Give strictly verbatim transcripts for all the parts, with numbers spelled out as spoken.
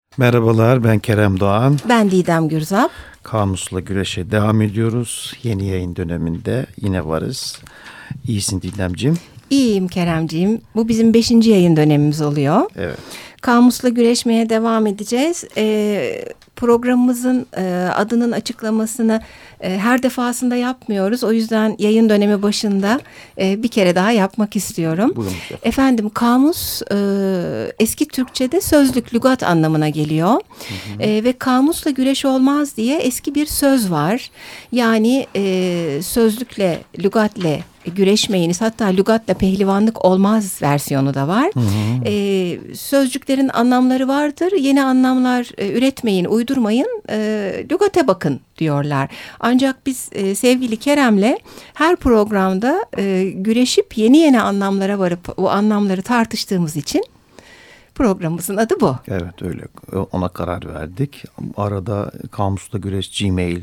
Merhabalar, ben Kerem Doğan. Ben Didem Gürzap. Kamusla güreşe devam ediyoruz. Yeni yayın döneminde yine varız. İyisin Didemciğim. İyiyim Keremciğim. Bu bizim beşinci yayın dönemimiz oluyor. Evet. Kamusla güreşmeye devam edeceğiz. Ee, programımızın e, adının açıklamasını e, her defasında yapmıyoruz. O yüzden yayın dönemi başında e, bir kere daha yapmak istiyorum. Buyurun. Efendim, kamus e, eski Türkçe'de sözlük, lügat anlamına geliyor. Hı hı. E, ve kamusla güreş olmaz diye eski bir söz var. Yani e, sözlükle, lügatle güreşmeyiniz, hatta lügatla pehlivanlık olmaz versiyonu da var. Hı hı. E, sözcüklerin anlamları vardır. Yeni anlamlar e, üretmeyin, uydurmayın, e, lügate bakın diyorlar. Ancak biz e, sevgili Kerem'le her programda e, güreşip yeni yeni anlamlara varıp o anlamları tartıştığımız için programımızın adı bu. Evet, öyle. Ona karar verdik. Arada Kamusla Güreş Gmail,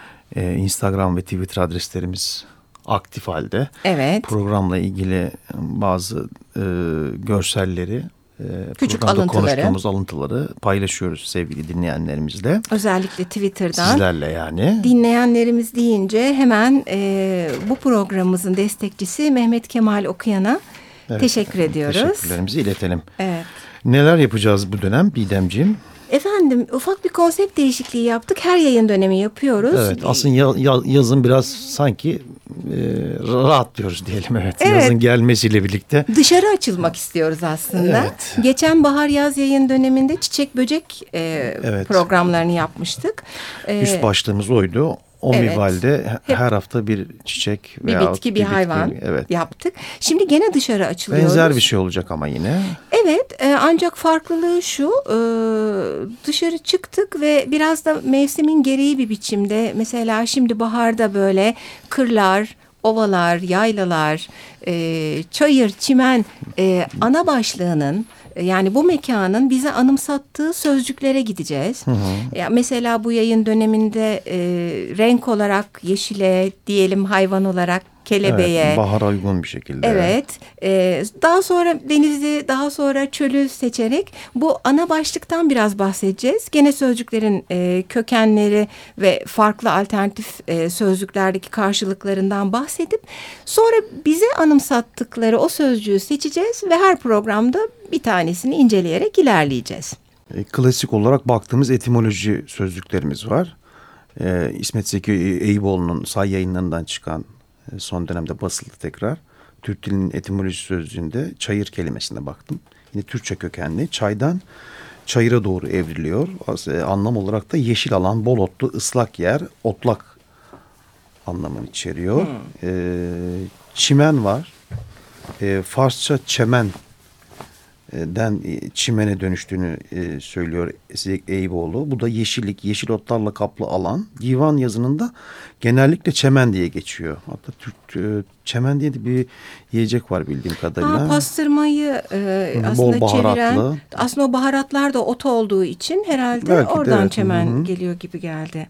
e, Instagram ve Twitter adreslerimiz aktif halde. Evet. Programla ilgili bazı e, görselleri, e, küçük programda alıntıları, konuştuğumuz alıntıları paylaşıyoruz sevgili dinleyenlerimizle. Özellikle Twitter'dan. Sizlerle yani. Dinleyenlerimiz deyince hemen e, bu programımızın destekçisi Mehmet Kemal Okuyan'a evet, teşekkür ediyoruz. Teşekkürlerimizi iletelim. Evet. Neler yapacağız bu dönem Didemciğim? Efendim, ufak bir konsept değişikliği yaptık. Her yayın dönemi yapıyoruz. Evet, aslında ya, ya, yazın biraz sanki e, rahatlıyoruz diyelim. Evet, evet. Yazın gelmesiyle birlikte. Dışarı açılmak istiyoruz aslında. Evet. Geçen bahar yaz yayın döneminde çiçek böcek e, evet. programlarını yapmıştık. E, Üst başlığımız oydu. O evet. minvalde her hafta bir çiçek bir bitki, bir, bir hayvan bitki, evet. yaptık. Şimdi gene dışarı açılıyoruz. Benzer bir şey olacak ama yine. Evet, e, ancak farklılığı şu, e, dışarı çıktık ve biraz da mevsimin gereği bir biçimde, mesela şimdi baharda böyle kırlar, ovalar, yaylalar, e, çayır, çimen e, ana başlığının, yani bu mekanın bize anımsattığı sözcüklere gideceğiz. Hı hı. Ya mesela bu yayın döneminde e, renk olarak yeşile, diyelim hayvan olarak kelebeğe. Evet, bahara uygun bir şekilde. Evet. E, daha sonra denizi, daha sonra çölü seçerek bu ana başlıktan biraz bahsedeceğiz. Gene sözcüklerin e, kökenleri ve farklı alternatif e, sözcüklerdeki karşılıklarından bahsedip sonra bize anımsattıkları o sözcüğü seçeceğiz ve her programda bir tanesini inceleyerek ilerleyeceğiz. E, klasik olarak baktığımız etimoloji sözlüklerimiz var. E, İsmet Zeki Eyüboğlu'nun say yayınlarından çıkan, e, son dönemde basıldı tekrar. Türk dilinin etimoloji sözlüğünde çayır kelimesine baktım. Yine Türkçe kökenli. Çaydan çayıra doğru evriliyor. E, anlam olarak da yeşil alan, bol otlu, ıslak yer, otlak anlamını içeriyor. Hmm. E, çimen var. E, Farsça çemen den çimene dönüştüğünü e, söylüyor Eyüboğlu. Bu da yeşillik, yeşil otlarla kaplı alan. Divan yazınında genellikle çemen diye geçiyor. Hatta Türk e, çemen diye de bir yiyecek var bildiğim kadarıyla. Ha, pastırmayı e, aslında çeviren, aslında o baharatlar da ot olduğu için herhalde belki oradan evet. çemen Hı-hı. geliyor gibi geldi.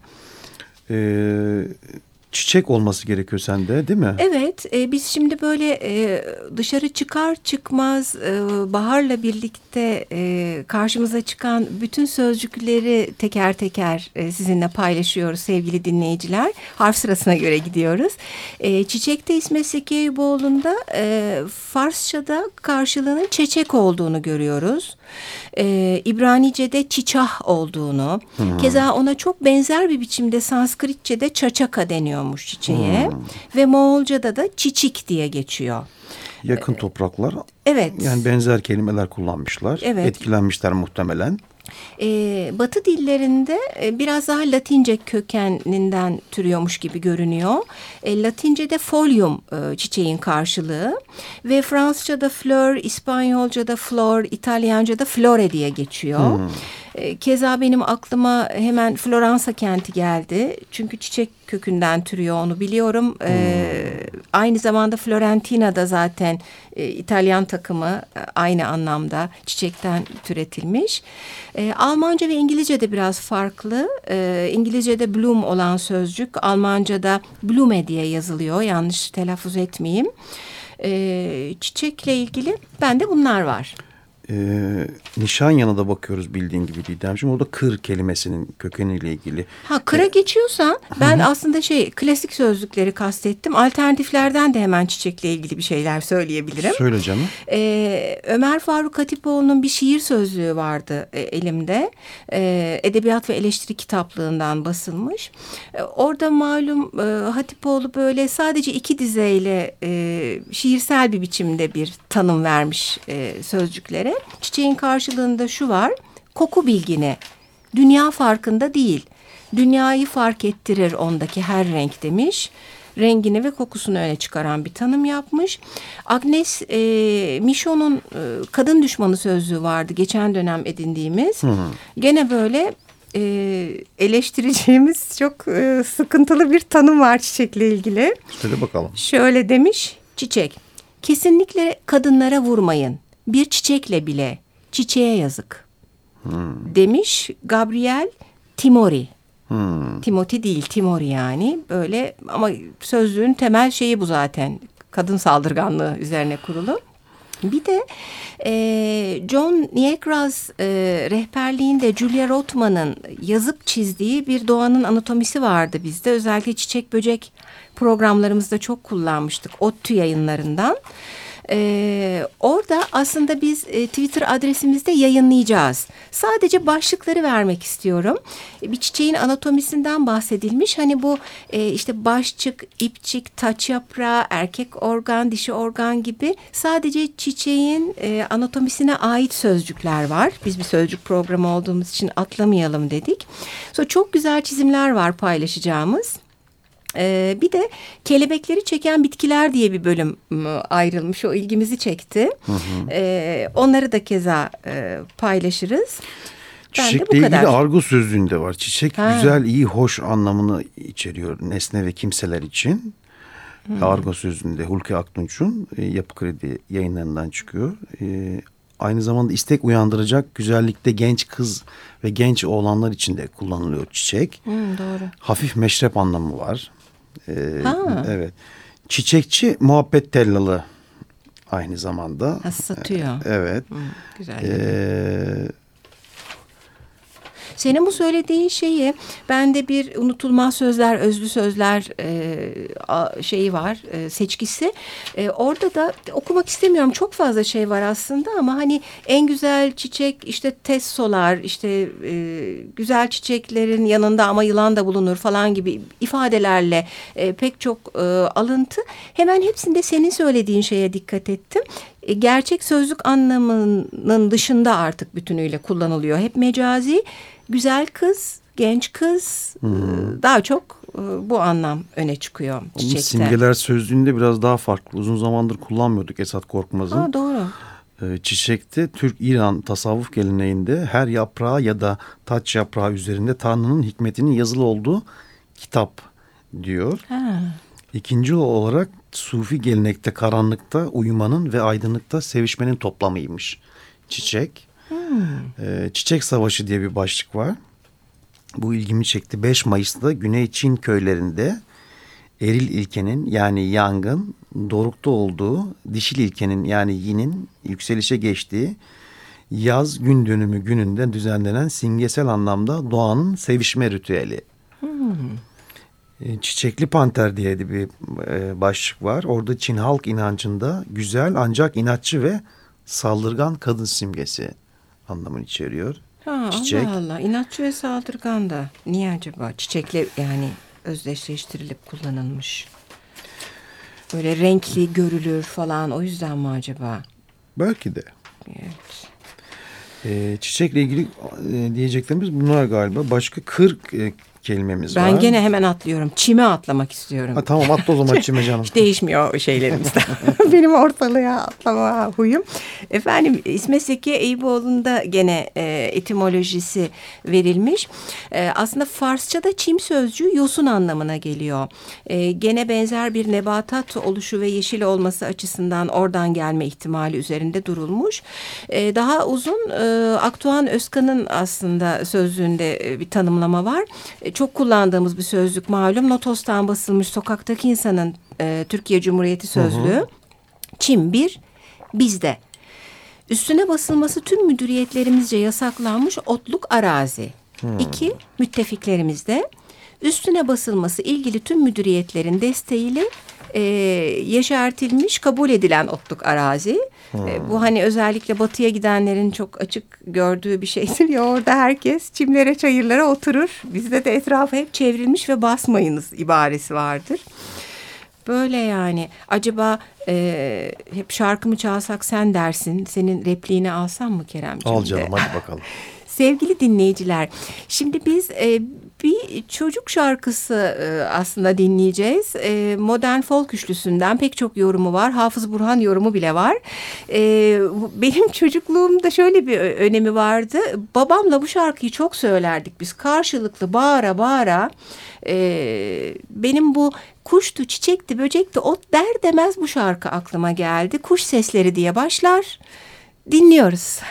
Eee Çiçek olması gerekiyor sende, değil mi? Evet, e, biz şimdi böyle e, dışarı çıkar çıkmaz e, baharla birlikte e, karşımıza çıkan bütün sözcükleri teker teker e, sizinle paylaşıyoruz sevgili dinleyiciler. Harf sırasına göre gidiyoruz. E, çiçekte İsmet Zeki Eyüboğlu'nda e, Farsça'da karşılığının çeçek olduğunu görüyoruz. E, İbranice'de çiçah olduğunu, hmm. keza ona çok benzer bir biçimde Sanskritçe'de çaçaka deniyormuş çiçeğe hmm. ve Moğolca'da da çiçik diye geçiyor. Yakın topraklar. Evet. Yani benzer kelimeler kullanmışlar. Evet. Etkilenmişler muhtemelen. Ee, Batı dillerinde e, biraz daha Latince kökeninden türüyormuş gibi görünüyor. E, Latince'de folium e, çiçeğin karşılığı ve Fransızca'da fleur, İspanyolca'da flor, İtalyanca'da flore diye geçiyor. Hmm. E, keza benim aklıma hemen Floransa kenti geldi. Çünkü çiçek kökünden türüyor, onu biliyorum. Hmm. E, aynı zamanda Florentina'da zaten e, İtalyan takımı e, aynı anlamda çiçekten türetilmiş. E, Almanca ve İngilizce'de biraz farklı. E, İngilizce'de bloom olan sözcük Almanca'da blume diye yazılıyor. Yanlış telaffuz etmeyeyim. E, çiçekle ilgili bende bunlar var. Ee, Nişanyan'a da bakıyoruz bildiğin gibi Didemciğim. Orada kır kelimesinin kökeniyle ilgili. Ha, kıra geçiyorsan ben aslında şey klasik sözlükleri kastettim. Alternatiflerden de hemen çiçekle ilgili bir şeyler söyleyebilirim. Söyle canım. Ee, Ömer Faruk Hatipoğlu'nun bir şiir sözlüğü vardı e, elimde. E, Edebiyat ve Eleştiri kitaplığından basılmış. E, orada malum e, Hatipoğlu böyle sadece iki dizeyle e, şiirsel bir biçimde bir tanım vermiş e, sözcüklere. Çiçeğin karşılığında şu var: koku bilgini, dünya farkında değil, dünyayı fark ettirir ondaki her renk demiş. Rengini ve kokusunu öne çıkaran bir tanım yapmış. Agnes e, Michon'un e, kadın düşmanı sözlüğü vardı geçen dönem edindiğimiz. Hı hı. Gene böyle e, eleştireceğimiz çok e, sıkıntılı bir tanım var çiçekle ilgili. Söyle bakalım. Şöyle demiş: çiçek, kesinlikle kadınlara vurmayın. Bir çiçekle bile çiçeğe yazık. Hmm. Demiş Gabriel Timori. Hmm. Timothy değil, Timori yani. Böyle ama sözlüğün temel şeyi bu zaten. Kadın saldırganlığı üzerine kurulu. Bir de e, John Niagraz e, rehberliğinde Julia Rothman'ın yazıp çizdiği bir doğanın anatomisi vardı bizde. Özellikle çiçek böcek programlarımızda çok kullanmıştık. ODTÜ yayınlarından. Ee, orada aslında biz e, Twitter adresimizde yayınlayacağız. Sadece başlıkları vermek istiyorum. Bir çiçeğin anatomisinden bahsedilmiş. Hani bu e, işte başçık, ipçik, taç yaprağı, erkek organ, dişi organ gibi sadece çiçeğin e, anatomisine ait sözcükler var. Biz bir sözcük programı olduğumuz için atlamayalım dedik. Sonra çok güzel çizimler var paylaşacağımız. Ee, bir de kelebekleri çeken bitkiler diye bir bölüm ayrılmış. O ilgimizi çekti. Hı hı. Ee, onları da keza e, paylaşırız. Çiçekle ilgili argo sözlüğünde var. Çiçek ha. güzel, iyi, hoş anlamını içeriyor nesne ve kimseler için. Hı. Argo sözlüğünde Hulki Aktunç'un e, Yapı Kredi yayınlarından çıkıyor. E, aynı zamanda istek uyandıracak güzellikte genç kız ve genç oğlanlar için de kullanılıyor çiçek. Hı, doğru. Hafif meşrep anlamı var. Ee, evet. Çiçekçi muhabbet tellalı aynı zamanda. Ha, satıyor. Evet. Hı, güzel. Ee, Senin bu söylediğin şeyi bende bir unutulmaz sözler, özlü sözler e, şeyi var, e, seçkisi. E, orada da okumak istemiyorum. Çok fazla şey var aslında ama hani en güzel çiçek işte tessolar, işte e, güzel çiçeklerin yanında ama yılan da bulunur falan gibi ifadelerle e, pek çok e, alıntı. Hemen hepsinde senin söylediğin şeye dikkat ettim. E, gerçek sözlük anlamının dışında artık bütünüyle kullanılıyor. Hep mecazi. Güzel kız, genç kız hmm. daha çok bu anlam öne çıkıyor çiçekte. Onun simgeler sözlüğünde biraz daha farklı. Uzun zamandır kullanmıyorduk Esat Korkmaz'ın. Aa, doğru. Çiçekte Türk-İran tasavvuf geleneğinde her yaprağı ya da taç yaprağı üzerinde Tanrı'nın hikmetinin yazılı olduğu kitap diyor. Ha. İkinci olarak Sufi gelenekte karanlıkta uyumanın ve aydınlıkta sevişmenin toplamıymış çiçek. Hmm. Ee, Çiçek Savaşı diye bir başlık var. Bu ilgimi çekti. beş Mayıs'ta Güney Çin köylerinde eril ilkenin yani yangın dorukta olduğu, dişil ilkenin yani yinin yükselişe geçtiği yaz gün dönümü gününde düzenlenen simgesel anlamda doğanın sevişme ritüeli. Hmm. Ee, Çiçekli Panter diye de bir e, başlık var. Orada Çin halk inancında güzel ancak inatçı ve saldırgan kadın simgesi anlamını içeriyor. Ha, Çiçek. Allah Allah. İnatçı ve saldırgan da. Niye acaba? Çiçekle yani özdeşleştirilip kullanılmış. Böyle renkli görülür falan. O yüzden mi acaba? Belki de. Evet. Ee, çiçekle ilgili e, diyeceklerimiz bunlar galiba. Başka kırk e, kelimemiz ben var. Ben gene hemen atlıyorum. Çime atlamak istiyorum. Ha, tamam atla o zaman çime canım. Hiç değişmiyor şeylerimizde. Benim ortalığa atlama huyum. Efendim İsmet Zeki Eyüboğlu'nda gene e, etimolojisi verilmiş. E, aslında Farsça'da çim sözcüğü yosun anlamına geliyor. E, gene benzer bir nebatat oluşu ve yeşil olması açısından oradan gelme ihtimali üzerinde durulmuş. E, daha uzun e, Akdoğan Özkan'ın aslında sözlüğünde e, bir tanımlama var. E, çok kullandığımız bir sözlük malum. Notos'tan basılmış Sokaktaki İnsanın e, Türkiye Cumhuriyeti sözlüğü. Hı hı. Çim bir, bizde. Üstüne basılması tüm müdüriyetlerimizce yasaklanmış otluk arazi. Hmm. İki, müttefiklerimizde üstüne basılması ilgili tüm müdüriyetlerin desteğiyle e, yeşertilmiş, kabul edilen otluk arazi. Hmm. E, bu hani özellikle batıya gidenlerin çok açık gördüğü bir şeydir ya, orada herkes çimlere, çayırlara oturur. Bizde de etrafı hep çevrilmiş ve basmayınız ibaresi vardır. Böyle yani. Acaba e, hep şarkı mı çalsak sen dersin. Senin repliğini alsam mı Keremciğim? Al canım, hadi bakalım. Sevgili dinleyiciler, şimdi biz e, bir çocuk şarkısı e, aslında dinleyeceğiz. E, modern folk üçlüsünden pek çok yorumu var. Hafız Burhan yorumu bile var. E, benim çocukluğumda şöyle bir önemi vardı. Babamla bu şarkıyı çok söylerdik biz. Karşılıklı bağıra bağıra. E, benim bu kuştu, çiçekti, böcekti, ot der demez bu şarkı aklıma geldi. Kuş sesleri diye başlar. Dinliyoruz.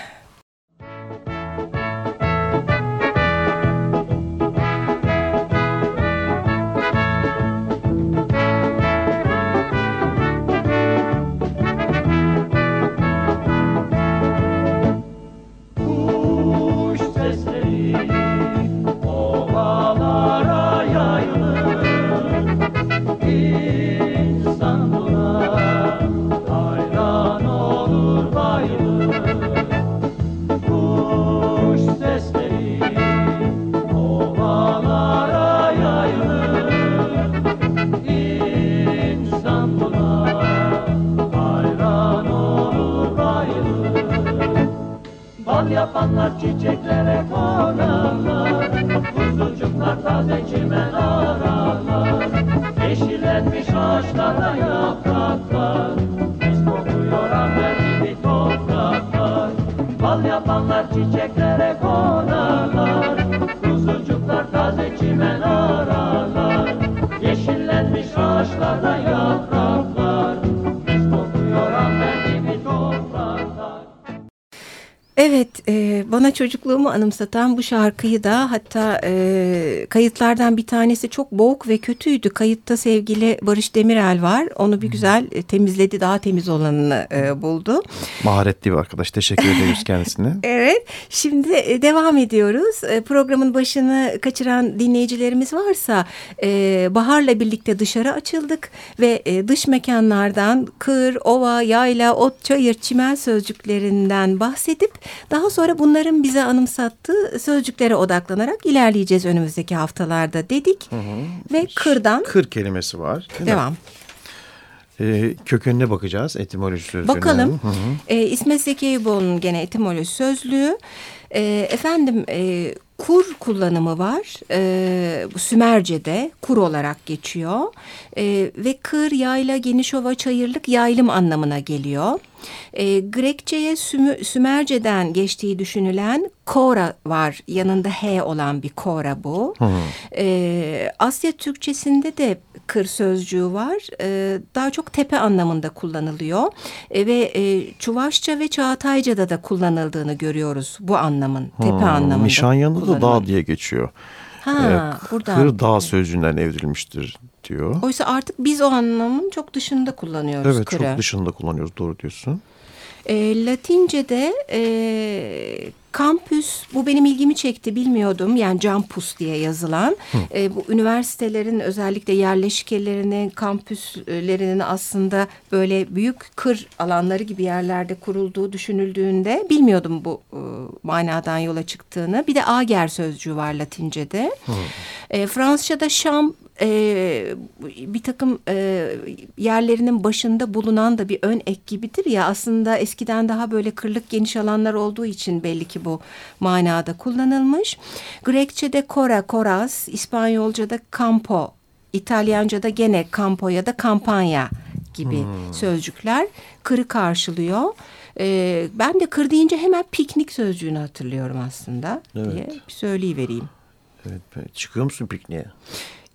Yapanlar çiçeklere konarlar, kuzucuklar taze çimen ararlar. Yeşillenmiş ağaçlarda yapraklar, mis kokuyor amber gibi topraklar. Bal yapanlar çiçeklere konarlar, kuzucuklar taze çimen ararlar. Yeşillenmiş ağaçlarda yapraklar, mis kokuyor amber gibi topraklar. Evet, e, bana çocukluğumu anımsatan bu şarkıyı da, hatta e, kayıtlardan bir tanesi çok boğuk ve kötüydü. Kayıtta sevgili Barış Demirel var. Onu bir güzel e, temizledi, daha temiz olanını e, buldu. Maharetli bir arkadaş, teşekkür ederiz kendisine. Evet, şimdi e, devam ediyoruz. E, programın başını kaçıran dinleyicilerimiz varsa e, Bahar'la birlikte dışarı açıldık ve e, dış mekanlardan kır, ova, yayla, ot, çayır, çimen sözcüklerinden bahsedip daha sonra bunların bize anımsattığı sözcüklere odaklanarak ilerleyeceğiz önümüzdeki haftalarda dedik. Hı hı. Ve kırdan... Kır kelimesi var. Devam. Ee, kökenine bakacağız, etimoloji sözlüğüne. Bakalım. Hı hı. Ee, İsmet Zeki Eyüboğlu'nun gene etimoloji sözlüğü. Ee, efendim e, kur kullanımı var. Ee, bu Sümerce'de kur olarak geçiyor. Ee, ve kır, yayla, genişova, çayırlık, yaylım anlamına geliyor. Ee, Grekçe'ye Sümü, Sümerce'den geçtiği düşünülen kora var. Yanında H olan bir kora bu. Ee, Asya Türkçesinde de kır sözcüğü var. Ee, daha çok tepe anlamında kullanılıyor. Ee, ve e, Çuvaşça ve Çağatayca'da da kullanıldığını görüyoruz bu anlamın. Tepe hmm, anlamında. Nişanyan'da da dağ diye geçiyor. Ha, ee, buradan. Kır dağ sözcüğünden evrilmiştir diyor. Oysa artık biz o anlamın çok dışında kullanıyoruz evet, kırı. Evet, çok dışında kullanıyoruz, doğru diyorsun. E, Latince'de e, kampüs, bu benim ilgimi çekti, bilmiyordum. Yani campus diye yazılan. E, bu üniversitelerin özellikle yerleşik yerlerinin, kampüslerinin aslında böyle büyük kır alanları gibi yerlerde kurulduğu düşünüldüğünde bilmiyordum bu e, manadan yola çıktığını. Bir de ager sözcüğü var Latince'de. E, Fransızca'da şam, Ee, bir takım e, yerlerinin başında bulunan da bir ön ek gibidir ya, aslında eskiden daha böyle kırlık geniş alanlar olduğu için belli ki bu manada kullanılmış. Grekçe'de kora, koras, İspanyolca'da campo, İtalyanca'da gene campo ya da kampanya gibi hmm. sözcükler kırı karşılıyor. Ee, ben de kır deyince hemen piknik sözcüğünü hatırlıyorum aslında, evet, diye bir söyleyivereyim. Evet, çıkıyor musun pikniğe?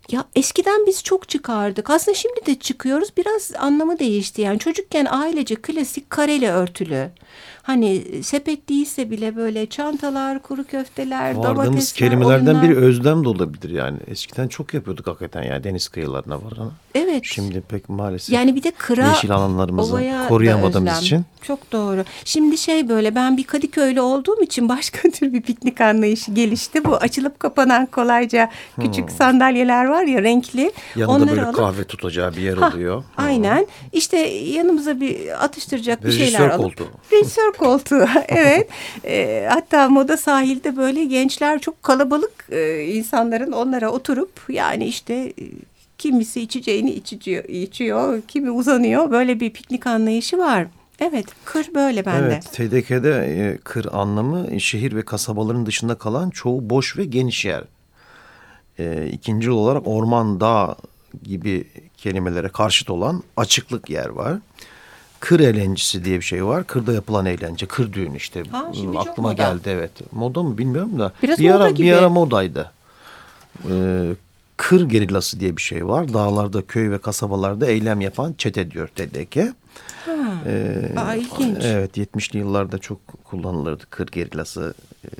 Ya eskiden biz çok çıkardık. Aslında şimdi de çıkıyoruz. Biraz anlamı değişti. Yani çocukken ailece klasik kareli örtülü. Hani sepet değilse bile böyle çantalar, kuru köfteler, Vardığımız domatesler, kelimelerden oyunlar. biri özlem de olabilir yani. Eskiden çok yapıyorduk hakikaten yani deniz kıyılarına varan. Evet. Şimdi pek maalesef Yani bir de kıra yeşil alanlarımızı ovaya koruyamadığımız da özlem. için. Çok doğru. Şimdi şey böyle ben bir Kadıköylü olduğum için başka tür bir piknik anlayışı gelişti. Bu açılıp kapanan kolayca küçük Hmm. sandalyeler var ya renkli. Yanında Onları böyle alıp, kahve tutacağı bir yer ha, oluyor. aynen. İşte yanımıza bir atıştıracak bir Rejisör şeyler alıp. koltuğu. Rejisör koltuğu. Evet. E, hatta Moda Sahil'de böyle gençler çok kalabalık e, insanların onlara oturup yani işte e, kimisi içeceğini içiyor, içiyor, kimi uzanıyor. Böyle bir piknik anlayışı var. Evet, kır böyle bende. Evet, T D K'de e, kır anlamı şehir ve kasabaların dışında kalan çoğu boş ve geniş yer. E, ikinci olarak orman, dağ gibi kelimelere karşıt olan açıklık yer var. Kır eğlencesi diye bir şey var. Kırda yapılan eğlence, kır düğünü işte. Ha, şimdi çok aklıma moda. geldi evet. Moda mı bilmiyorum da. Biraz bir moda ara gibi. bir ara modaydı. Ee, kır gerillası diye bir şey var. Dağlarda, köy ve kasabalarda eylem yapan çete diyor T D K. Ha. Ee, Aa, ilginç. Evet, yetmişli yıllarda çok kullanılırdı kır gerillası e,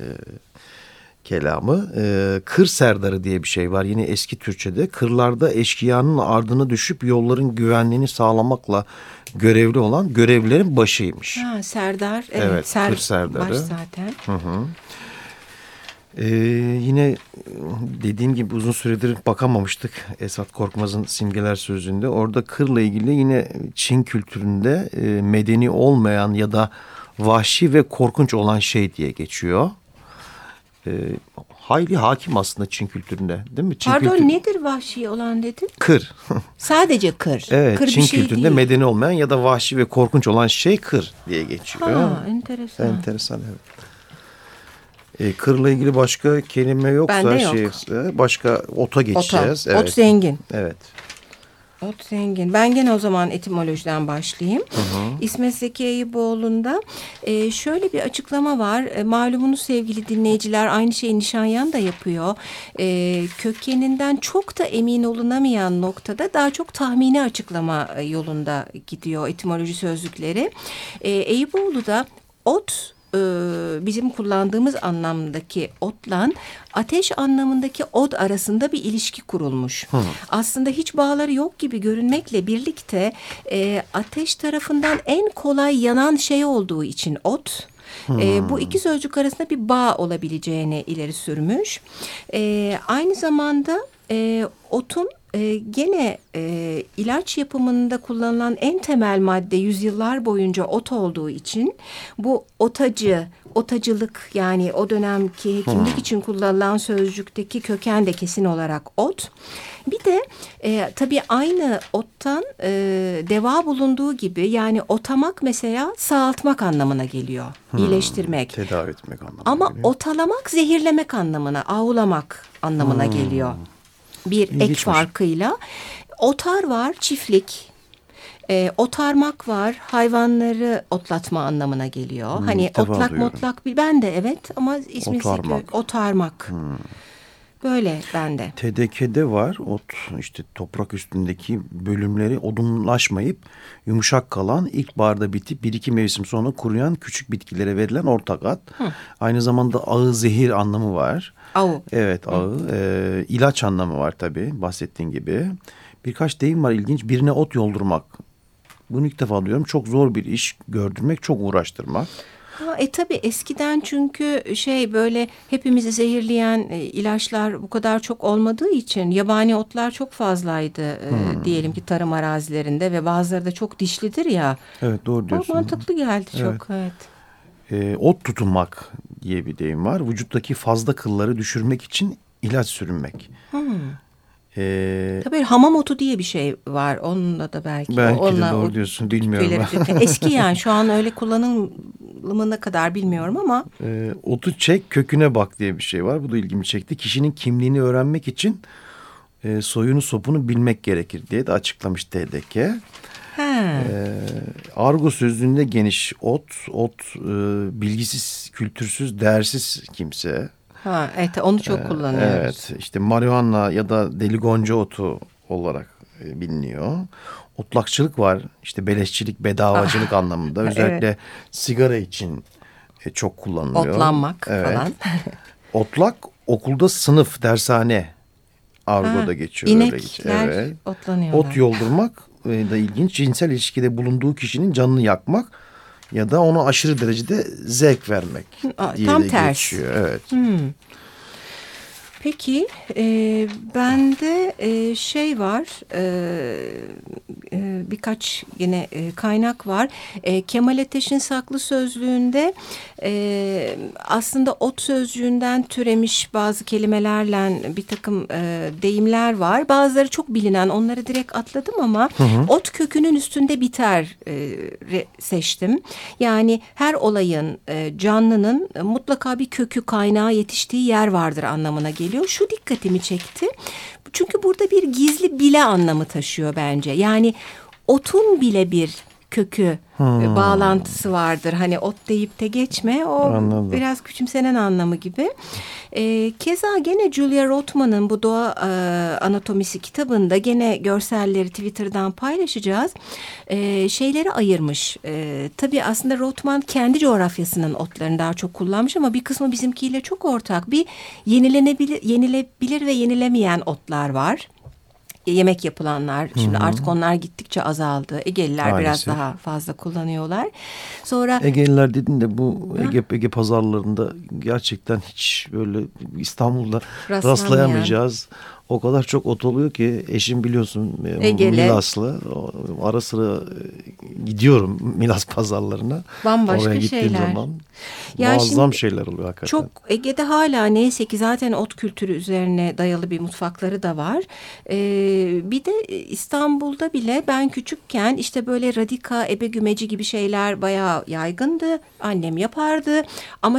kelamı. Ee, kır serdarı diye bir şey var. Yine eski Türkçe'de kırlarda eşkıyanın ardına düşüp yolların güvenliğini sağlamakla görevli olan görevlilerin başıymış. Ha, Serdar. Evet, Evet, ser, kır serdarı. baş zaten. Hı hı. Ee, yine dediğim gibi uzun süredir bakamamıştık Esat Korkmaz'ın Simgeler Sözlüğü'nde. Orada kırla ilgili yine Çin kültüründe e, medeni olmayan ya da vahşi ve korkunç olan şey diye geçiyor. E, hayli hakim aslında Çin kültüründe, değil mi? Çin Pardon kültürü... nedir vahşi olan dedin? Kır. Sadece kır. Evet, kır Çin bir şey kültüründe değil. medeni olmayan ya da vahşi ve korkunç olan şey kır diye geçiyor. Ha, enteresan. Enteresan, evet. E, kırla ilgili başka kelime yoksa Bende yok. şey, başka ota geçeceğiz. Ota. Evet. Ot zengin. Evet. Ot zengin. Ben gene o zaman etimolojiden başlayayım. Hı hı. İsmet Zeki Eyüboğlu'nda e, şöyle bir açıklama var. E, malumunuz sevgili dinleyiciler aynı şeyi Nişanyan da yapıyor. E, kökeninden çok da emin olunamayan noktada daha çok tahmini açıklama e, yolunda gidiyor etimoloji sözlükleri. E, Eyüboğlu da ot bizim kullandığımız anlamdaki otla ateş anlamındaki od arasında bir ilişki kurulmuş. Hmm. Aslında hiç bağları yok gibi görünmekle birlikte e, ateş tarafından en kolay yanan şey olduğu için ot, hmm. e, bu iki sözcük arasında bir bağ olabileceğini ileri sürmüş. E, aynı zamanda e, otun Ee, gene e, ilaç yapımında kullanılan en temel madde yüzyıllar boyunca ot olduğu için bu otacı, otacılık yani o dönemki hekimlik hmm. için kullanılan sözcükteki köken de kesin olarak ot. Bir de e, tabii aynı ottan e, deva bulunduğu gibi yani otamak mesela sağaltmak anlamına geliyor. Hmm. İyileştirmek. Tedavi etmek anlamına Ama geliyor. otalamak zehirlemek anlamına, avlamak anlamına hmm. geliyor. Bir ek farkıyla otar var çiftlik, e, otarmak var hayvanları otlatma anlamına geliyor. Hmm, hani otlak duyuyorum. Motlak bir ben de evet ama ismi otarmak. otarmak. Hmm. Böyle bende. T D K'de var ot işte toprak üstündeki bölümleri odunlaşmayıp yumuşak kalan ilkbaharda bitip bir iki mevsim sonra kuruyan küçük bitkilere verilen ortak ad. Hı. Aynı zamanda ağı zehir anlamı var. Ağı. Evet ağı. E, ilaç anlamı var tabii bahsettiğin gibi. Birkaç deyim var ilginç. Birine ot yoldurmak. Bunu ilk defa diyorum. Çok zor bir iş gördürmek, çok uğraştırmak. Ha, e tabii eskiden çünkü şey böyle hepimizi zehirleyen e, ilaçlar bu kadar çok olmadığı için yabani otlar çok fazlaydı e, hmm. diyelim ki tarım arazilerinde ve bazıları da çok dişlidir ya. Evet doğru diyorsun. O mantıklı geldi evet. çok evet. E, ot tutunmak diye bir deyim var. Vücuttaki fazla kılları düşürmek için ilaç sürünmek. Hmm. Ee, Tabii hamam otu diye bir şey var. Onunla da belki. Belki onunla, de doğru diyorsun. Bilmiyorum. Eski yani şu an öyle kullanılımına kadar bilmiyorum ama. E, otu çek köküne bak diye bir şey var. Bu da ilgimi çekti. Kişinin kimliğini öğrenmek için e, soyunu sopunu bilmek gerekir diye de açıklamış T D K. E, argo sözlüğünde geniş ot, ot e, bilgisiz, kültürsüz, değersiz kimse. Ha, evet, onu çok Ee, kullanıyoruz. Evet, işte marihuana ya da deli gonca otu olarak e, biliniyor. Otlakçılık var, işte beleşçilik, bedavacılık Ah, anlamında. Özellikle sigara için e, çok kullanılıyor. Otlanmak Evet. falan. Otlak okulda sınıf, dershane argoda Ha, geçiyor. Öyle İnekler geçiyor. Evet. otlanıyorlar. Ot yoldurmak e, da ilginç. Cinsel ilişkide bulunduğu kişinin canını yakmak ya da ona aşırı derecede zevk vermek Aa, diye tam de tersi. geçiyor. Evet. Hmm. Peki e, bende e, şey var, e, e, birkaç yine e, kaynak var. E, Kemal Ateş'in Saklı Sözlüğü'nde e, aslında ot sözcüğünden türemiş bazı kelimelerle bir takım e, deyimler var. Bazıları çok bilinen, onları direkt atladım ama hı hı. ot kökünün üstünde biter e, seçtim. Yani her olayın, e, canlının e, mutlaka bir kökü, kaynağı, yetiştiği yer vardır anlamına geliyor. Şu dikkatimi çekti. Çünkü burada bir gizli bile anlamı taşıyor bence. Yani otun bile bir kökü, hmm. bağlantısı vardır. Hani ot deyip de geçme. O Anladım. Biraz küçümsenen anlamı gibi. E, keza gene Julia Rothman'ın bu Doğa e, Anatomisi kitabında gene görselleri Twitter'dan paylaşacağız. E, şeyleri ayırmış. E, tabii aslında Rothman kendi coğrafyasının otlarını daha çok kullanmış ama bir kısmı bizimkiyle çok ortak. Bir yenilenebilir, yenilebilir ve yenilemeyen otlar var. Yemek yapılanlar. Şimdi Hı-hı. artık onlar gittikçe azaldı. Egeliler Maalesef. biraz daha fazla kullanıyorlar. Sonra Egeliler dedin de bu Ege, Ege pazarlarında gerçekten hiç böyle İstanbul'da rastlayamayacağız. O kadar çok ot oluyor ki eşim biliyorsun Egeli. Milaslı. Ara sıra gidiyorum Milas pazarlarına. Bambaşka Oraya gittiğim şeyler. zaman yani muazzam şeyler oluyor hakikaten. Çok Ege'de hala neyse ki zaten ot kültürü üzerine dayalı bir mutfakları da var. Ee, bir de İstanbul'da bile ben küçükken işte böyle radika, ebegümeci gibi şeyler bayağı yaygındı. Annem yapardı. Ama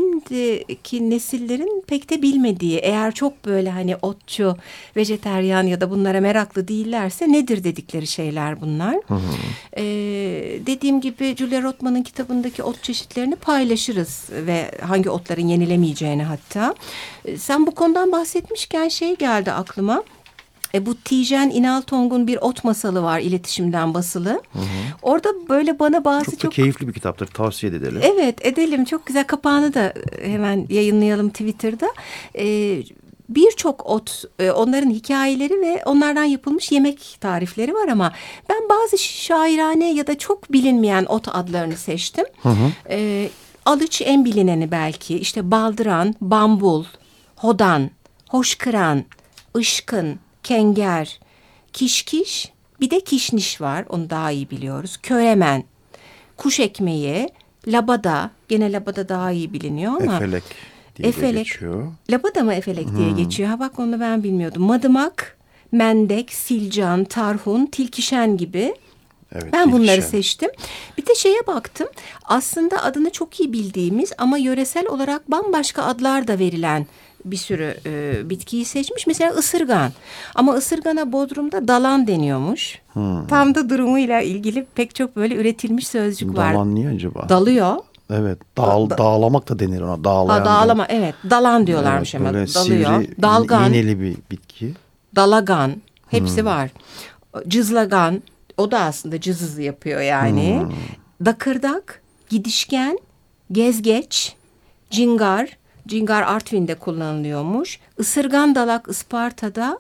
şimdiki nesillerin pek de bilmediği, eğer çok böyle hani otçu, vejeteryan ya da bunlara meraklı değillerse nedir dedikleri şeyler bunlar. Hı hı. Ee, dediğim gibi Julia Rothman'ın kitabındaki ot çeşitlerini paylaşırız ve hangi otların yenilemeyeceğini hatta. Ee, sen bu konudan bahsetmişken şey geldi aklıma. E, bu Tijen İnaltong'un bir ot masalı var, iletişimden basılı. Hı hı. Orada böyle bana bazı çok... Çok da keyifli bir kitaptır, tavsiye edelim. Evet, edelim. Çok güzel, kapağını da hemen yayınlayalım Twitter'da. Evet. Birçok ot, onların hikayeleri ve onlardan yapılmış yemek tarifleri var ama ben bazı şairane ya da çok bilinmeyen ot adlarını seçtim. Hı hı. E, alıç en bilineni belki. İşte baldıran, bambul, hodan, hoşkıran, ışkın, kenger, kişkiş, bir de kişniş var. Onu daha iyi biliyoruz. Köremen, kuş ekmeği, labada, gene labada daha iyi biliniyor ama... Efelek. Diye efelek. Geçiyor. Labada mı efelek hmm. diye geçiyor? Ha bak, onu ben bilmiyordum. Madımak, mendek, silcan, tarhun, tilkişen gibi. Evet, ben bunları tilkişen. seçtim. Bir de şeye baktım. Aslında adını çok iyi bildiğimiz ama yöresel olarak bambaşka adlar da verilen bir sürü e, bitkiyi seçmiş. Mesela ısırgan. Ama ısırgana Bodrum'da dalan deniyormuş. Hmm. Tam da durumuyla ilgili pek çok böyle üretilmiş sözcük dalan var. Dalan niye acaba? Dalıyor. Evet, dağ, da, dağlamak da denir ona. Dağlayan. Ha, dağlama, evet. Dalan diyorlarmış evet, hemen. Dalıyor. Sivri, Dalgan. iğneli bir bitki. Dalagan. Hepsi hmm. var. Cızlagan. O da aslında cızızı yapıyor yani. Hmm. Dakırdak, gidişken, gezgeç, cingar. Cingar Artvin'de kullanılıyormuş. Isırgan dalak Isparta'da.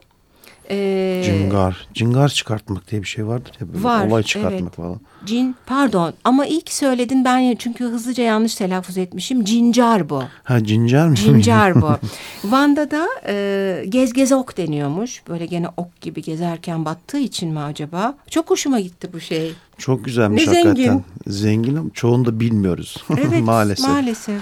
Ee, cingar. Cingar çıkartmak diye bir şey vardır ya. Böyle var. Olay çıkartmak evet. falan. Cin, pardon ama ilk söyledin, ben çünkü hızlıca yanlış telaffuz etmişim. Cincar bu. Ha, cincar mı? Cincar bu. Van'da da e, gezgezok deniyormuş. Böyle gene ok gibi gezerken battığı için mi acaba? Çok hoşuma gitti bu şey. Çok güzelmiş ne hakikaten. Zengin. Zengin ama çoğunu da bilmiyoruz. Evet maalesef. Maalesef.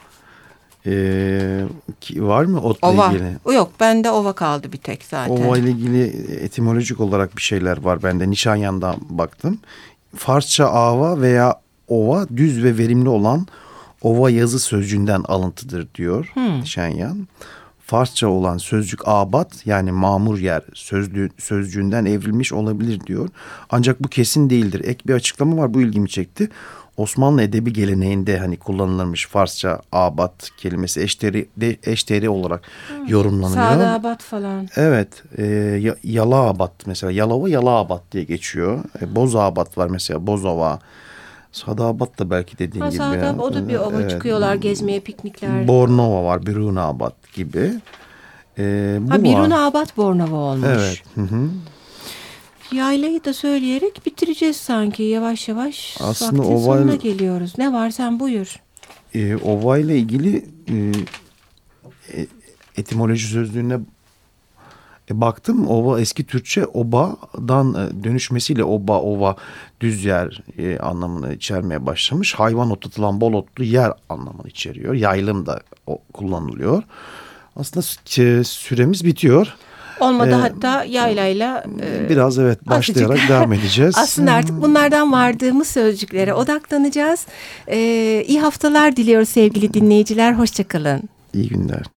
Ee, var mı otla ova. ilgili? Yok, bende ova kaldı bir tek zaten. Ova ile ilgili etimolojik olarak bir şeyler var. Ben de Nişanyan'dan baktım. Farsça ava veya ova düz ve verimli olan ova yazı sözcüğünden alıntıdır diyor hmm. Nişanyan. Farsça olan sözcük abat yani mamur yer sözlü, sözcüğünden evrilmiş olabilir diyor. Ancak bu kesin değildir. Ek bir açıklama var, bu ilgimi çekti. Osmanlı edebi geleneğinde hani kullanılırmış Farsça abat kelimesi eşteri de eşteri olarak hmm. yorumlanıyor. Sadabat falan. Evet, e, Yalaabat mesela Yalova Yalaabat diye geçiyor. E, Bozaabat var mesela Bozova. Sadabat da belki dediğin ha, gibi. Sadabat, o da bir ova, evet. Çıkıyorlar gezmeye, piknikler. Bornova var, Birunaabat gibi. E, bu ha Birunaabat Bornova olmuş. Evet. Hı hı. Yaylayı da söyleyerek bitireceğiz sanki yavaş yavaş. Aslında vaktin oval, sonuna geliyoruz. Ne var sen buyur. E, ova ile ilgili e, etimoloji sözlüğüne e, baktım. Ova eski Türkçe obadan e, dönüşmesiyle oba, ova, düz yer e, anlamını içermeye başlamış. Hayvan otlatılan bol otlu yer anlamını içeriyor. Yaylım da o, kullanılıyor. Aslında e, süremiz bitiyor. Olmadı ee, hatta yaylayla e, biraz evet başlayarak azıcık devam edeceğiz. Aslında artık bunlardan vardığımız sözcüklere odaklanacağız. Ee, iyi haftalar diliyoruz sevgili dinleyiciler. Hoşça kalın. İyi günler.